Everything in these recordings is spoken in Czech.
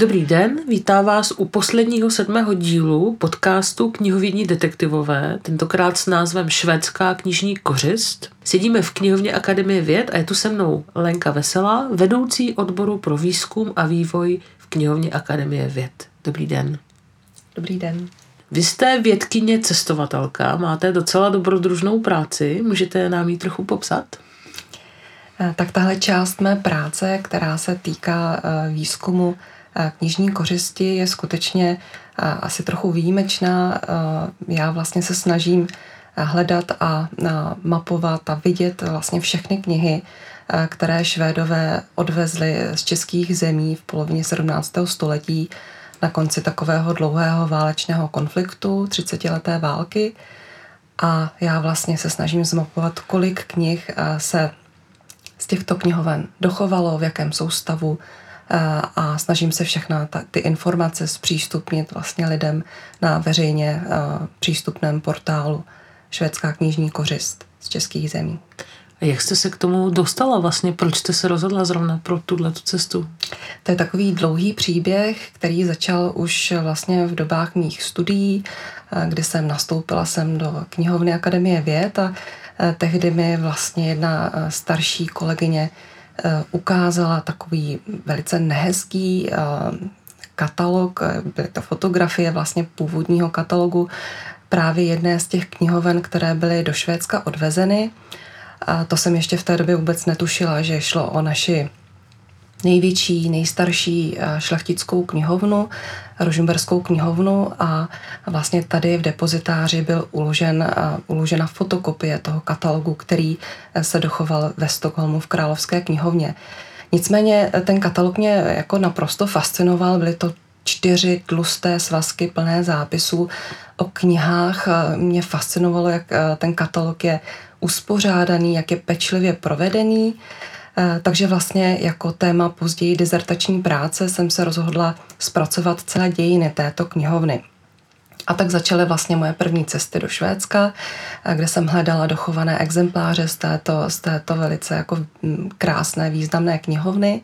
Dobrý den, vítám vás u posledního 7. dílu podcastu Knihovědní detektivové, tentokrát s názvem Švédská knižní kořist. Sedíme v knihovně Akademie věd a je tu se mnou Lenka Veselá, vedoucí odboru pro výzkum a vývoj v knihovně Akademie věd. Dobrý den. Dobrý den. Vy jste vědkyně cestovatelka, máte docela dobrodružnou práci, můžete nám ji trochu popsat? Tak tahle část mé práce, která se týká výzkumu knižní kořisti, je skutečně asi trochu výjimečná. Já vlastně se snažím hledat a mapovat a vidět vlastně všechny knihy, které Švédové odvezli z českých zemí v polovině 17. století na konci takového dlouhého válečného konfliktu, 30leté války. A já vlastně se snažím zmapovat, kolik knih se z těchto knihoven dochovalo, v jakém jsou stavu, a snažím se všechny ty informace zpřístupnit vlastně lidem na veřejně přístupném portálu Švédská knižní kořist z českých zemí. A jak jste se k tomu dostala vlastně? Proč jste se rozhodla zrovna pro tuhletu cestu? To je takový dlouhý příběh, který začal už vlastně v dobách mých studií, kdy jsem nastoupila do knihovny Akademie věd a tehdy mi vlastně jedna starší kolegyně ukázala takový velice nehezký katalog, byly to fotografie vlastně původního katalogu právě jedné z těch knihoven, které byly do Švédska odvezeny. A to jsem ještě v té době vůbec netušila, že šlo o naši největší, nejstarší šlechtickou knihovnu, Rožmberskou knihovnu, a vlastně tady v depozitáři byl uložena fotokopie toho katalogu, který se dochoval ve Stockholmu v Královské knihovně. Nicméně ten katalog mě jako naprosto fascinoval, byly to 4 tlusté svazky plné zápisů o knihách. Mě fascinovalo, jak ten katalog je uspořádaný, jak je pečlivě provedený. Takže vlastně jako téma později dizertační práce jsem se rozhodla zpracovat celé dějiny této knihovny. A tak začaly vlastně moje první cesty do Švédska, kde jsem hledala dochované exempláře z této velice jako krásné, významné knihovny.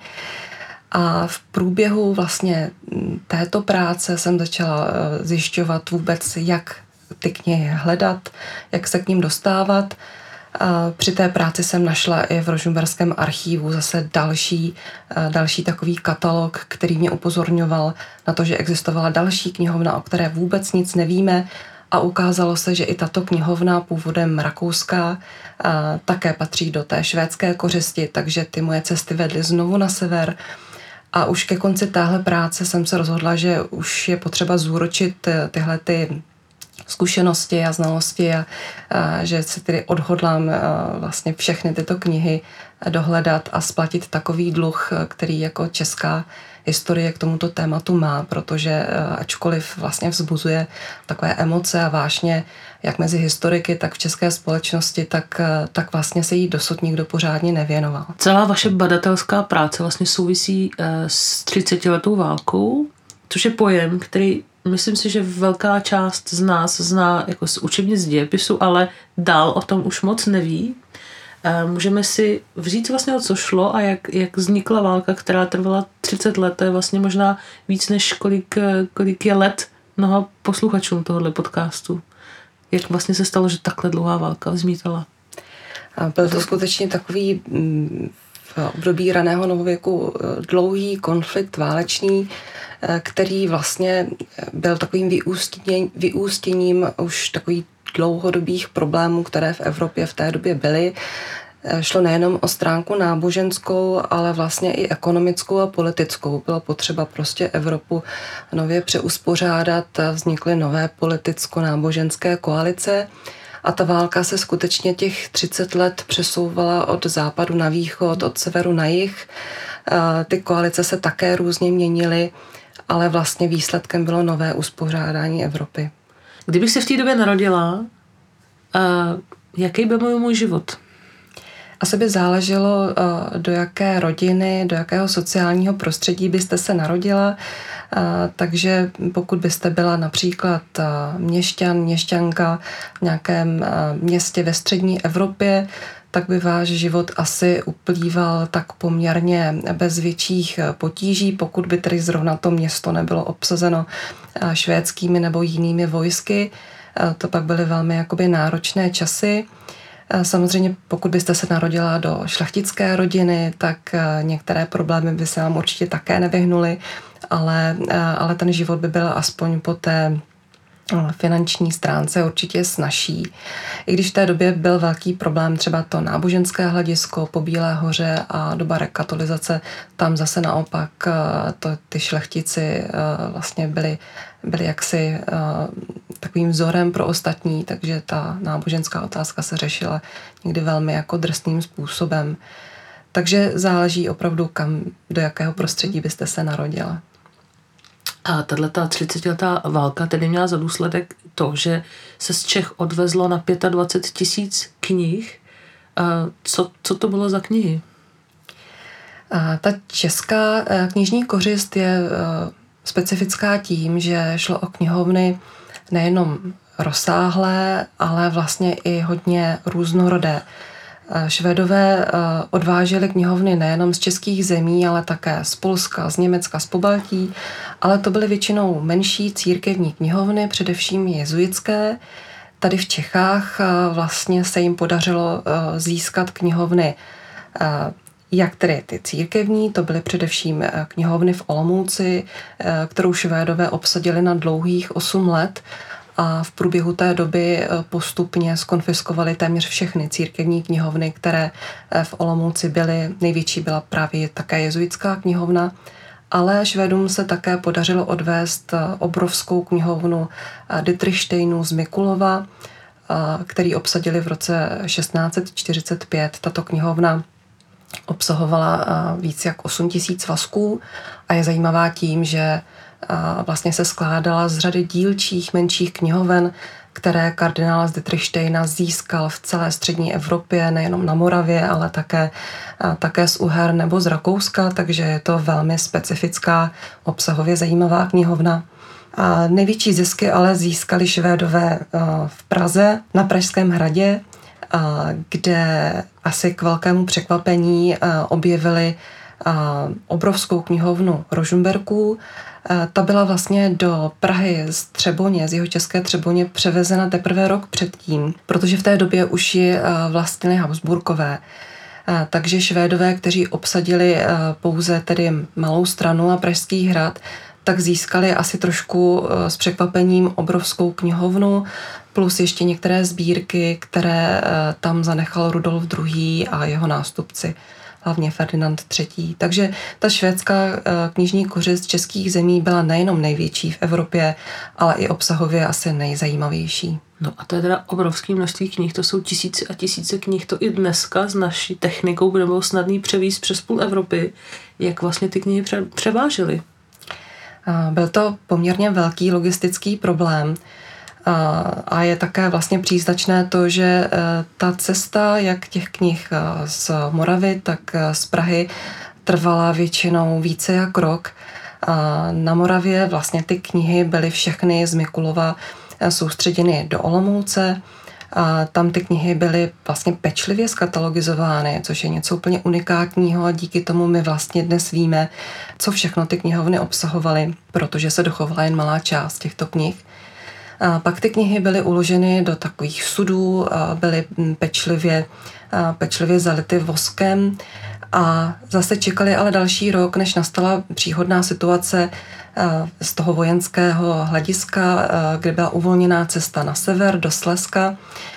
A v průběhu vlastně této práce jsem začala zjišťovat vůbec, jak ty knihy hledat, jak se k ním dostávat. A při té práci jsem našla i v Rožmberském archívu zase další takový katalog, který mě upozorňoval na to, že existovala další knihovna, o které vůbec nic nevíme, a ukázalo se, že i tato knihovna původem rakouská také patří do té švédské kořisti, takže ty moje cesty vedly znovu na sever. A už ke konci téhle práce jsem se rozhodla, že už je potřeba zúročit tyhle ty zkušenosti a znalosti a že se tedy odhodlám vlastně všechny tyto knihy dohledat a splatit takový dluh, který jako česká historie k tomuto tématu má, protože ačkoliv vlastně vzbuzuje takové emoce a vášně jak mezi historiky, tak v české společnosti, tak vlastně se jí dosud nikdo pořádně nevěnoval. Celá vaše badatelská práce vlastně souvisí s 30letou válkou, což je pojem, který myslím si, že velká část z nás zná jako z učebnic dějepisu, ale dál o tom už moc neví. Můžeme si říct vlastně, o co šlo a jak vznikla válka, která trvala 30 let. To je vlastně možná víc než kolik je let mnoha posluchačům tohohle podcastu. Jak vlastně se stalo, že takhle dlouhá válka vzmítala? Byl to skutečně takový v období raného novověku dlouhý konflikt válečný, který vlastně byl takovým vyústěním už takových dlouhodobých problémů, které v Evropě v té době byly. Šlo nejenom o stránku náboženskou, ale vlastně i ekonomickou a politickou. Bylo potřeba prostě Evropu nově přeuspořádat, vznikly nové politicko-náboženské koalice a ta válka se skutečně těch 30 let přesouvala od západu na východ, od severu na jih. Ty koalice se také různě měnily, ale vlastně výsledkem bylo nové uspořádání Evropy. Kdybych se v té době narodila, jaký by byl můj život? Asi by záleželo, do jaké rodiny, do jakého sociálního prostředí byste se narodila. Takže pokud byste byla například měšťanka v nějakém městě ve střední Evropě, tak by váš život asi uplýval tak poměrně bez větších potíží, pokud by tedy zrovna to město nebylo obsazeno švédskými nebo jinými vojsky. To pak byly velmi jakoby náročné časy. Samozřejmě pokud byste se narodila do šlechtické rodiny, tak některé problémy by se vám určitě také nevyhnuly, ale ten život by byl aspoň po té finanční stránce určitě snazší. I když v té době byl velký problém třeba to náboženské hledisko po Bílé hoře a doba rekatolizace, tam zase naopak ty šlechtici vlastně byli jaksi takovým vzorem pro ostatní, takže ta náboženská otázka se řešila někdy velmi jako drsným způsobem. Takže záleží opravdu, do jakého prostředí byste se narodila. A tato 30letá válka tedy měla za důsledek to, že se z Čech odvezlo na 25 000 knih. Co to bylo za knihy? Ta česká knižní kořist je specifická tím, že šlo o knihovny nejenom rozsáhlé, ale vlastně i hodně různorodé. Švédové odváželi knihovny nejenom z českých zemí, ale také z Polska, z Německa, z Pobaltí, ale to byly většinou menší církevní knihovny, především jezuitské. Tady v Čechách vlastně se jim podařilo získat knihovny, jak tedy ty církevní, to byly především knihovny v Olomouci, kterou Švédové obsadili na dlouhých 8 let, a v průběhu té doby postupně zkonfiskovali téměř všechny církevní knihovny, které v Olomouci byly. Největší byla právě také jezuitská knihovna, ale Švédům se také podařilo odvést obrovskou knihovnu Dietrichsteinu z Mikulova, který obsadili v roce 1645. Tato knihovna obsahovala víc jak 8 000 svazků a je zajímavá tím, že vlastně se skládala z řady dílčích menších knihoven, které kardinál z Dietrichsteina získal v celé střední Evropě, nejenom na Moravě, ale také z Uher nebo z Rakouska, takže je to velmi specifická, obsahově zajímavá knihovna. A největší zisky ale získali Švédové v Praze, na Pražském hradě, kde asi k velkému překvapení objevili obrovskou knihovnu Rožmberků. Ta byla vlastně do Prahy z Třeboně, z jihočeské Třeboně převezena teprve rok předtím, protože v té době už ji vlastnili Habsburkové. Takže Švédové, kteří obsadili pouze tedy malou stranu a Pražský hrad, tak získali asi trošku s překvapením obrovskou knihovnu, plus ještě některé sbírky, které tam zanechal Rudolf II. A jeho nástupci, hlavně Ferdinand III. Takže ta švédská knižní kořist českých zemí byla nejenom největší v Evropě, ale i obsahově asi nejzajímavější. No a to je teda obrovské množství knih, to jsou tisíce a tisíce knih, to i dneska s naší technikou by nebylo snadný převízt přes půl Evropy. Jak vlastně ty knihy převážely? Byl to poměrně velký logistický problém a je také vlastně příznačné to, že ta cesta jak těch knih z Moravy, tak z Prahy trvala většinou více jak rok. Na Moravě vlastně ty knihy byly všechny z Mikulova soustředěny do Olomouce. Tam ty knihy byly vlastně pečlivě skatalogizovány, což je něco úplně unikátního a díky tomu my vlastně dnes víme, co všechno ty knihovny obsahovaly, protože se dochovala jen malá část těchto knih. A pak ty knihy byly uloženy do takových sudů, byly pečlivě zality voskem a zase čekali ale další rok, než nastala příhodná situace z toho vojenského hlediska, kdy byla uvolněná cesta na sever do Slezska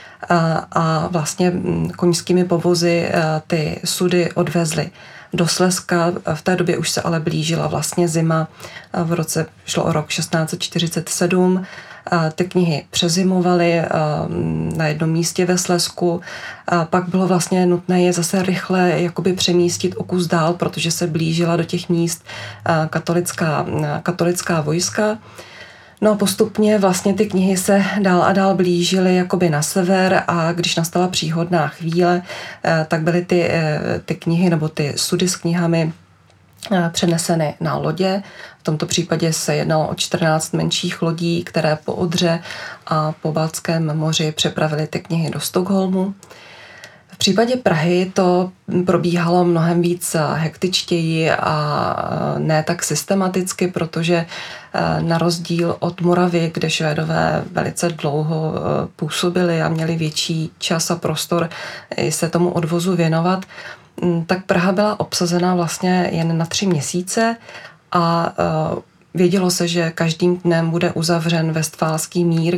a vlastně koňskými povozy ty sudy odvezly do Slezska. V té době už se ale blížila vlastně zima, šlo o rok 1647. Ty knihy přezimovaly na jednom místě ve Slezsku. Pak bylo vlastně nutné je zase rychle jakoby přemístit o kus dál, protože se blížila do těch míst katolická vojska. No postupně vlastně ty knihy se dál a dál blížily jakoby na sever a když nastala příhodná chvíle, tak byly ty knihy nebo ty sudy s knihami přeneseny na lodě. V tomto případě se jednalo o 14 menších lodí, které po Odře a po Baltském moři přepravily ty knihy do Stockholmu. V případě Prahy to probíhalo mnohem víc hektičtěji a ne tak systematicky, protože na rozdíl od Moravy, kde Švédové velice dlouho působili a měli větší čas a prostor se tomu odvozu věnovat, tak Praha byla obsazena vlastně jen na 3 měsíce a vědělo se, že každým dnem bude uzavřen Vestfálský mír,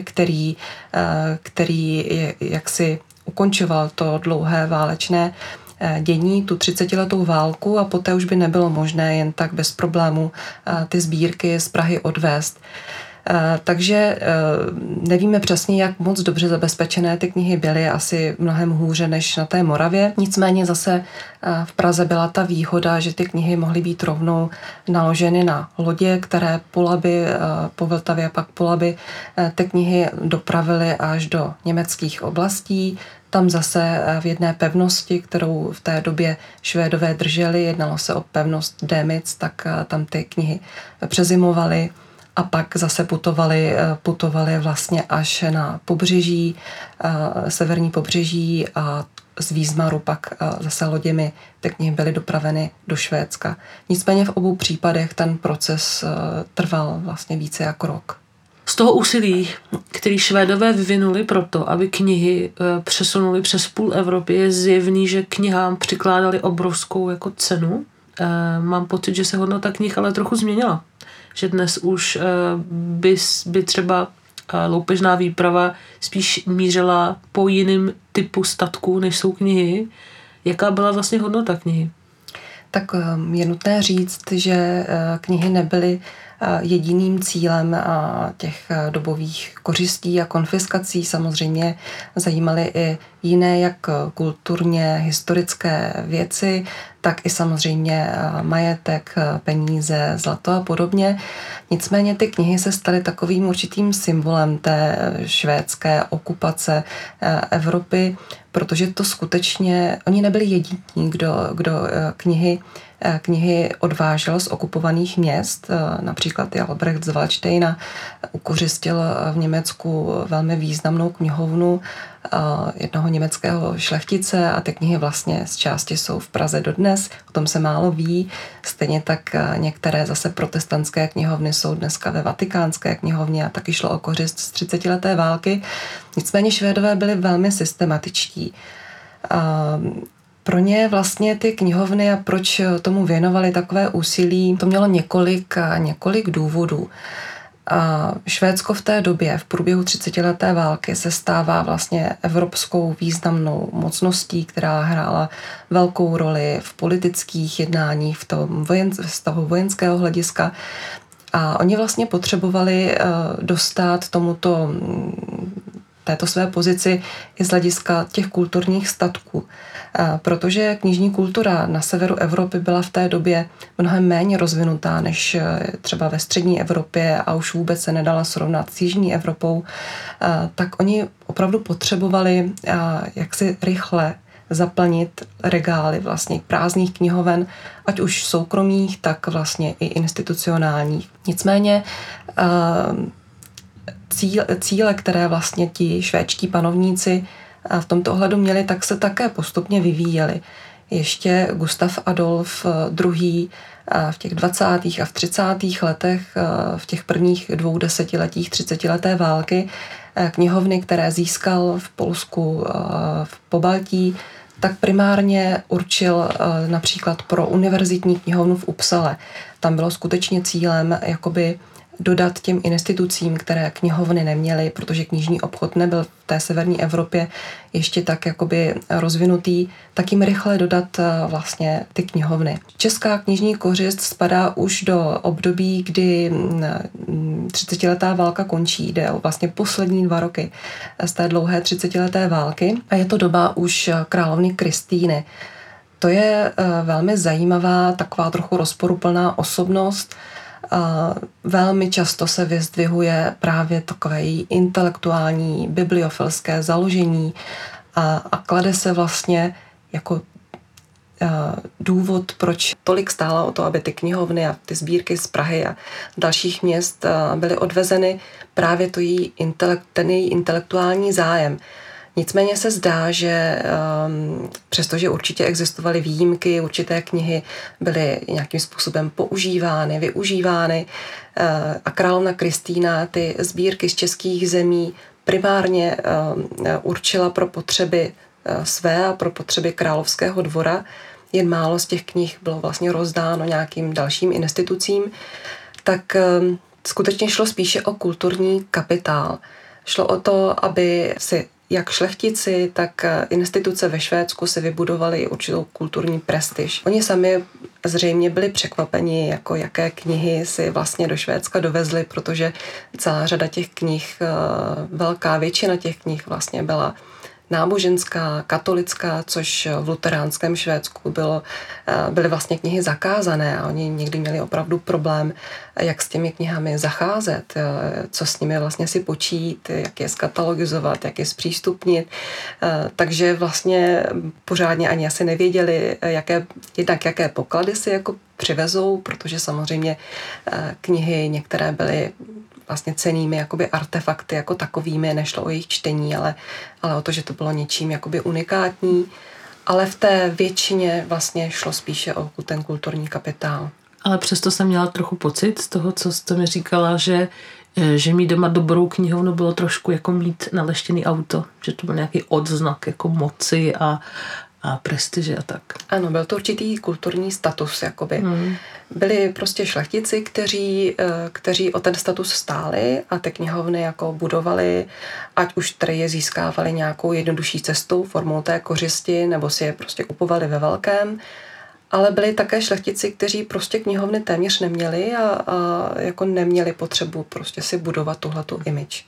který jaksi ukončoval to dlouhé válečné dění, tu 30letou válku a poté už by nebylo možné jen tak bez problémů ty sbírky z Prahy odvést. Takže nevíme přesně, jak moc dobře zabezpečené ty knihy byly, asi mnohem hůře než na té Moravě. Nicméně zase v Praze byla ta výhoda, že ty knihy mohly být rovnou naloženy na lodě, které po Labi, po Vltavě a pak po Labi ty knihy dopravily až do německých oblastí. Tam zase v jedné pevnosti, kterou v té době Švédové drželi, jednalo se o pevnost Dömitz, tak tam ty knihy přezimovaly a pak zase putovali vlastně až na pobřeží, severní pobřeží a z Výzmaru pak zase loděmi ty knihy byly dopraveny do Švédska. Nicméně v obou případech ten proces trval vlastně více jak rok. Z toho úsilí, který Švédové vyvinuli proto, aby knihy přesunuli přes půl Evropy, je zjevný, že knihám přikládali obrovskou jako cenu. Mám pocit, že se hodnota knih ale trochu změnila. Že dnes už by třeba loupežná výprava spíš mířila po jiným typu statků, než jsou knihy. Jaká byla vlastně hodnota knihy? Tak je nutné říct, že knihy nebyly jediným cílem těch dobových kořistí a konfiskací. Samozřejmě zajímaly i jiné, jak kulturně historické věci, tak i samozřejmě majetek, peníze, zlato a podobně. Nicméně ty knihy se staly takovým určitým symbolem té švédské okupace Evropy, protože to skutečně, oni nebyli jediní, kdo knihy odvážel z okupovaných měst. Například Albrecht z Valdštejna ukořistil v Německu velmi významnou knihovnu jednoho německého šlechtice a ty knihy vlastně z části jsou v Praze dodnes, o tom se málo ví. Stejně tak některé zase protestantské knihovny jsou dneska ve Vatikánské knihovně a taky šlo o kořist z 30leté války. Nicméně Švédové byli velmi systematičtí. Pro ně vlastně ty knihovny a proč tomu věnovali takové úsilí, to mělo několik důvodů. Švédsko v té době, v průběhu 30leté války, se stává vlastně evropskou významnou mocností, která hrála velkou roli v politických jednáních, z toho vojenského hlediska. A oni vlastně potřebovali dostat této své pozici i z hlediska těch kulturních statků. Protože knižní kultura na severu Evropy byla v té době mnohem méně rozvinutá než třeba ve střední Evropě a už vůbec se nedala srovnat s jižní Evropou, tak oni opravdu potřebovali jaksi rychle zaplnit regály vlastně prázdných knihoven, ať už soukromých, tak vlastně i institucionálních. Nicméně cíle, které vlastně ti švédští panovníci v tomto ohledu měli, tak se také postupně vyvíjely. Ještě Gustav Adolf II. V těch 20. a v 30. letech, v těch prvních 2 desetiletích 30leté války, knihovny, které získal v Polsku, v Pobaltí, tak primárně určil například pro univerzitní knihovnu v Uppsale. Tam bylo skutečně cílem jakoby dodat těm institucím, které knihovny neměly, protože knižní obchod nebyl v té severní Evropě ještě tak jakoby rozvinutý, tak jim rychle dodat vlastně ty knihovny. Česká knižní kořist spadá už do období, kdy 30letá válka končí, jde o vlastně poslední 2 roky z té dlouhé 30leté války a je to doba už královny Kristýny. To je velmi zajímavá, taková trochu rozporuplná osobnost. Velmi často se vyzdvihuje právě takové její intelektuální, bibliofilské založení a klade se vlastně jako důvod, proč tolik stálo o to, aby ty knihovny a ty sbírky z Prahy a dalších měst byly odvezeny, právě ten její intelektuální zájem. Nicméně se zdá, že přestože určitě existovaly výjimky, určité knihy byly nějakým způsobem používány, využívány a královna Kristýna ty sbírky z českých zemí primárně určila pro potřeby své a pro potřeby královského dvora. Jen málo z těch knih bylo vlastně rozdáno nějakým dalším institucím, tak skutečně šlo spíše o kulturní kapitál. Šlo o to, aby si jak šlechtici, tak instituce ve Švédsku si vybudovali určitou kulturní prestiž. Oni sami zřejmě byli překvapeni, jako jaké knihy si vlastně do Švédska dovezli, protože celá řada těch knih, velká většina těch knih vlastně byla náboženská, katolická, což v luteránském Švédsku byly vlastně knihy zakázané a oni někdy měli opravdu problém, jak s těmi knihami zacházet, co s nimi vlastně si počít, jak je skatalogizovat, jak je zpřístupnit. Takže vlastně pořádně ani asi nevěděli, jaké poklady si jako přivezou, protože samozřejmě knihy některé byly vlastně cennými jakoby artefakty jako takovými, nešlo o jejich čtení, ale o to, že to bylo něčím jakoby unikátní, ale v té většině vlastně šlo spíše o ten kulturní kapitál. Ale přesto jsem měla trochu pocit z toho, co jste mi říkala, že mít doma dobrou knihovnu bylo trošku jako mít naleštěný auto, že to byl nějaký odznak jako moci a prestiže a tak. Ano, byl to určitý kulturní status, jakoby. Byli prostě šlechtici, kteří o ten status stáli a ty knihovny jako budovali, ať už tady je získávali nějakou jednodušší cestou formou té kořisti, nebo si je prostě kupovali ve velkém, ale byli také šlechtici, kteří prostě knihovny téměř neměli a jako neměli potřebu prostě si budovat tuhletu image.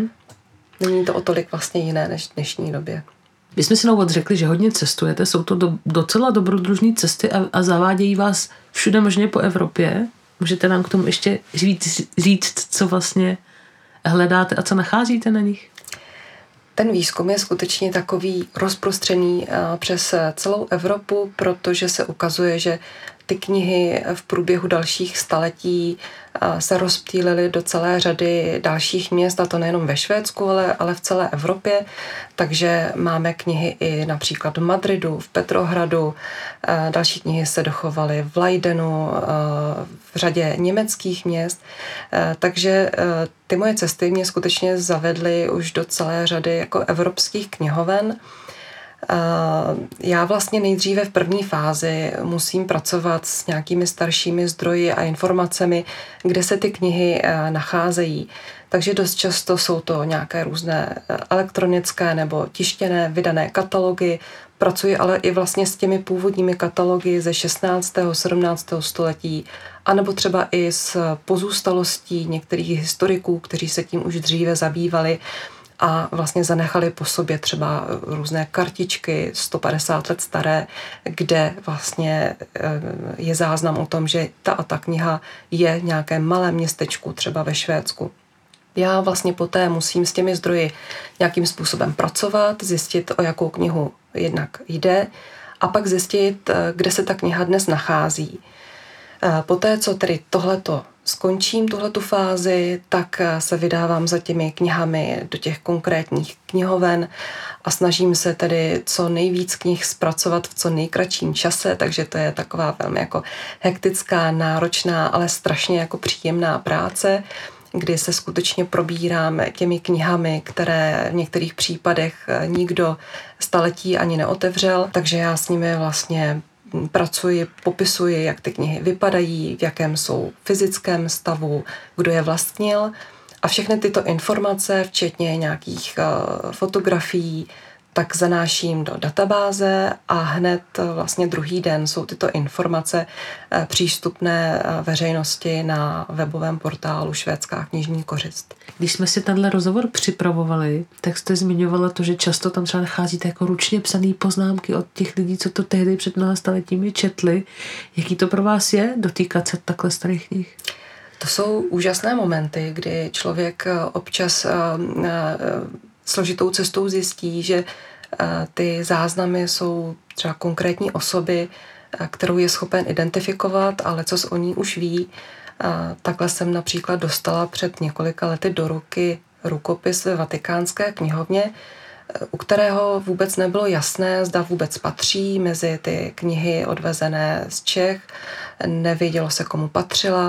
Není to o tolik vlastně jiné než v dnešní době. My jsme si na úvod řekli, že hodně cestujete, jsou to docela dobrodružné cesty a zavádějí vás všude možně po Evropě. Můžete nám k tomu ještě říct, co vlastně hledáte a co nacházíte na nich? Ten výzkum je skutečně takový rozprostřený přes celou Evropu, protože se ukazuje, že ty knihy v průběhu dalších staletí se rozptýlily do celé řady dalších měst, a to nejenom ve Švédsku, ale v celé Evropě. Takže máme knihy i například v Madridu, v Petrohradu, další knihy se dochovaly v Leidenu, v řadě německých měst. Takže ty moje cesty mě skutečně zavedly už do celé řady jako evropských knihoven. Já vlastně nejdříve v první fázi musím pracovat s nějakými staršími zdroji a informacemi, kde se ty knihy nacházejí. Takže dost často jsou to nějaké různé elektronické nebo tištěné vydané katalogy. Pracuji ale i vlastně s těmi původními katalogy ze 16. 17. století, anebo třeba i s pozůstalostí některých historiků, kteří se tím už dříve zabývali a vlastně zanechali po sobě třeba různé kartičky 150 let staré, kde vlastně je záznam o tom, že ta a ta kniha je v nějakém malém městečku, třeba ve Švédsku. Já vlastně poté musím s těmi zdroji nějakým způsobem pracovat, zjistit, o jakou knihu jednak jde a pak zjistit, kde se ta kniha dnes nachází. Poté, co tedy tohleto skončím, tuhletu fázi, tak se vydávám za těmi knihami do těch konkrétních knihoven a snažím se tedy co nejvíc knih zpracovat v co nejkratším čase, takže to je taková velmi jako hektická, náročná, ale strašně jako příjemná práce, kdy se skutečně probírám těmi knihami, které v některých případech nikdo staletí ani neotevřel, takže já s nimi vlastně pracuji, popisuji, jak ty knihy vypadají, v jakém jsou fyzickém stavu, kdo je vlastnil a všechny tyto informace, včetně nějakých fotografií, tak zanáším do databáze a hned vlastně druhý den jsou tyto informace přístupné veřejnosti na webovém portálu Švédská knižní kořist. Když jsme si tenhle rozhovor připravovali, tak jste zmiňovala to, že často tam třeba nacházíte jako ručně psané poznámky od těch lidí, co to tehdy před mnoha staletími četli. Jaký to pro vás je dotýkat se takhle starých knih? To jsou úžasné momenty, kdy člověk občas složitou cestou zjistí, že ty záznamy jsou třeba konkrétní osoby, kterou je schopen identifikovat, ale co o ní už ví. Takhle jsem například dostala před několika lety do ruky rukopis ve Vatikánské knihovně, u kterého vůbec nebylo jasné, zda vůbec patří mezi ty knihy odvezené z Čech. Nevědělo se, komu patřila.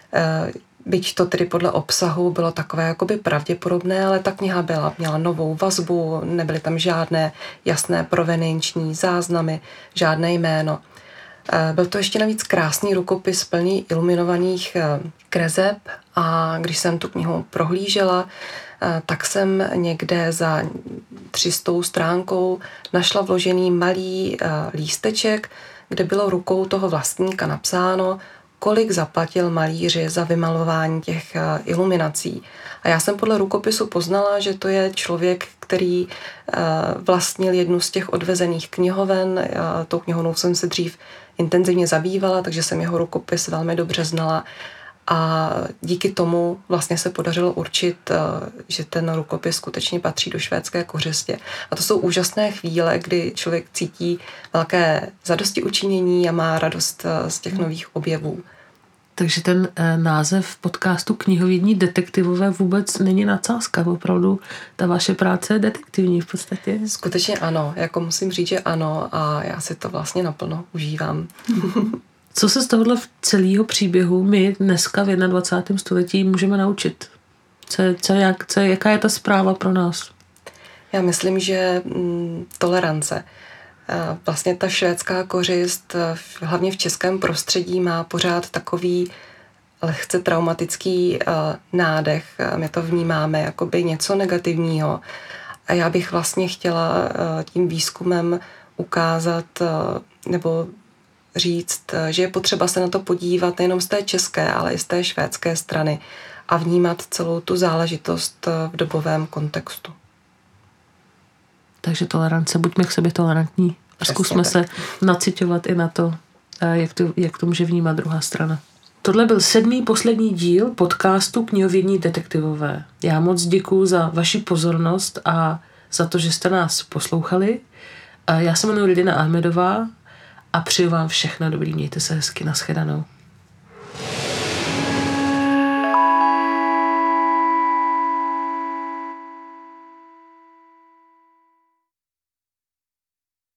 Byť to tedy podle obsahu bylo takové jakoby pravděpodobné, ale ta kniha měla novou vazbu, nebyly tam žádné jasné provenienční záznamy, žádné jméno. Byl to ještě navíc krásný rukopis plný iluminovaných kreseb a když jsem tu knihu prohlížela, tak jsem někde za 300 stránkou našla vložený malý lísteček, kde bylo rukou toho vlastníka napsáno, kolik zaplatil malíři za vymalování těch iluminací. A já jsem podle rukopisu poznala, že to je člověk, který vlastnil jednu z těch odvezených knihoven. Tou knihovnou jsem se dřív intenzivně zabývala, takže jsem jeho rukopis velmi dobře znala. A díky tomu vlastně se podařilo určit, že ten rukopis skutečně patří do švédské kořistě. A to jsou úžasné chvíle, kdy člověk cítí velké zadostiučinění a má radost z těch nových objevů. Takže ten název podcastu Knihovědní detektivové vůbec není nadsázka. Opravdu ta vaše práce je detektivní v podstatě. Skutečně ano, jako musím říct, že ano a já si to vlastně naplno užívám. Co se z tohohle celého příběhu my dneska v 21. století můžeme naučit? Jaká je ta zpráva pro nás? Já myslím, že tolerance. Vlastně ta švédská kořist, hlavně v českém prostředí, má pořád takový lehce traumatický nádech. My to vnímáme jakoby něco negativního. A já bych vlastně chtěla tím výzkumem ukázat nebo říct, že je potřeba se na to podívat nejenom z té české, ale i z té švédské strany a vnímat celou tu záležitost v dobovém kontextu. Takže tolerance, buďme k sobě tolerantní a zkusme se naciťovat i na to, jak to může vnímat druhá strana. Tohle byl 7. poslední díl podcastu Knihovědní detektivové. Já moc děkuju za vaši pozornost a za to, že jste nás poslouchali. Já se jmenuji Lidina Ahmedová a přeju vám všechno dobrý, mějte se hezky, nashledanou.